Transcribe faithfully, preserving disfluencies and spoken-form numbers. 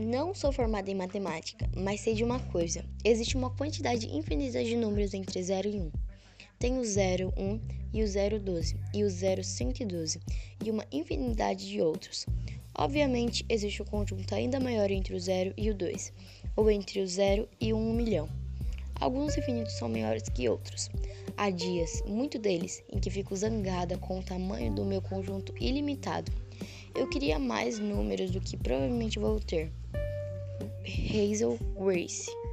Não sou formada em matemática, mas sei de uma coisa. Existe uma quantidade infinita de números entre zero e um. Tem o zero, um e o zero, doze, e o zero, cento e doze, e uma infinidade de outros. Obviamente, existe um conjunto ainda maior entre o zero e o dois, ou entre o zero e um milhão. Alguns infinitos são maiores que outros. Há dias, muito deles, em que fico zangada com o tamanho do meu conjunto ilimitado. Eu queria mais números do que provavelmente vou ter. Hazel Grace.